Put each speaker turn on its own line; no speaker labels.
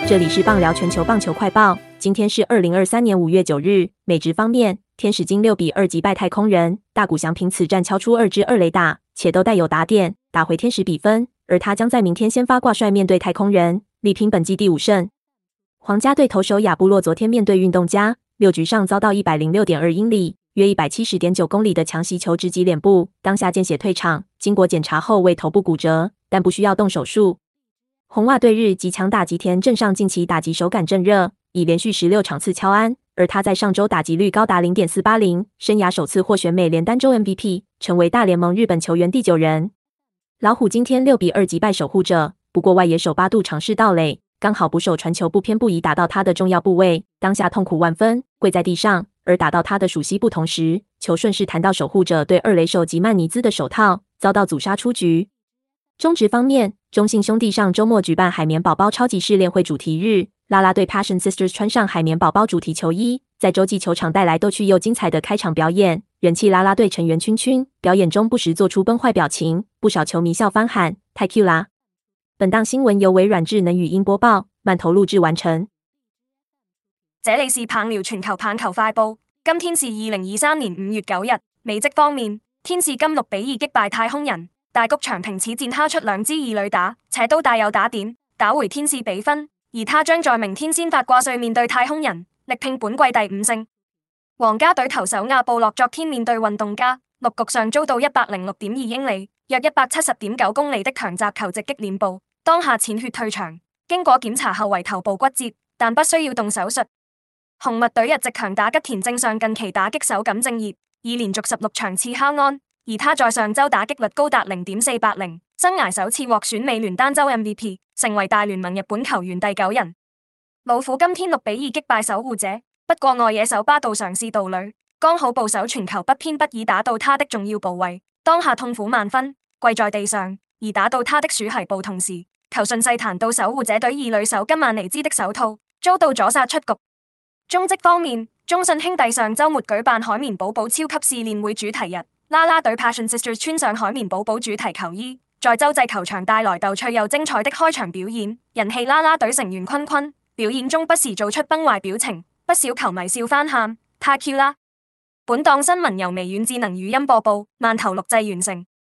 这里是棒聊全球棒球快报，今天是2023年5月9日。美职方面，天使金6-2击败太空人，大谷翔平此战敲出2支2垒打，且都带有打点，打回天使比分。而他将在明天先发挂帅面对太空人，力拼本季第5胜。皇家队投手亚布洛昨天面对运动家，6局上遭到106.2英里约170.9公里的强袭球直击脸部，当下见血退场，经过检查后为头部骨折，但不需要动手术。红袜队日籍强打吉田正尚近期打击手感正热，已连续16场次敲安，而他在上周打击率高达 0.480， 生涯首次获选美联单周 MVP， 成为大联盟日本球员第9人。老虎今天6-2击败守护者，不过外野手八度尝试盗垒，刚好捕手传球不偏不倚打到他的重要部位，当下痛苦万分，跪在地上，而打到他的属膝部同时，球顺势弹到守护者队2垒手吉曼尼兹的手套，遭到阻杀出局。中职方面，中信兄弟上周末举办海绵宝宝超级试炼会主题日，啦啦队 Passion Sisters 穿上海绵宝宝主题球衣，在洲际球场带来逗趣又精彩的开场表演。人气啦啦队成员群表演中不时做出崩坏表情，不少球迷笑翻喊太 Q 啦。本档新聞由微軟智能語音播報，慢投錄製完成。
這裏是棒聊全球棒球快報，今天是2023年5月9日。美職方面，天使今6-2擊敗太空人。大谷翔平此戰敲出2支2壘打，且都帶有打點，打回天使比分。而他將在明天先發掛帥面對太空人，力拼本季第5勝。皇家隊投手亞布洛昨天面對運動家，6局上遭到106.2英里約170.9公里的強襲球直擊臉部，當下淺血退場。經過檢查後為頭部骨折，但不需要動手術。紅襪隊日籍強打吉田正尚近期打擊手感正熱，已連續16場次敲安。而他在上周打擊率高達 0.480， 生涯首次獲選美聯單周 MVP， 成為大聯盟日本球員第9人。老虎今天6-2擊敗守護者，不過外野手巴道嘗試盜壘，剛好捕手傳球不偏不倚打到他的重要部位，當下痛苦萬分，跪在地上。而打到他的鼠蹊部同時，球順勢彈到守護者隊2壘手金曼尼茲的手套，遭到阻殺出局。中職方面，中信兄弟上周末舉辦海綿寶寶超級試練會主題日。啦啦隊 Passion Sisters 穿上海綿寶寶主題球衣，在洲際球場帶來逗趣又精彩的開場表演。人氣啦啦隊成員坤表演中不時做出崩壞表情，不少球迷笑翻喊太 Q 啦。本檔新聞由微軟智能語音播報，慢投錄製完成。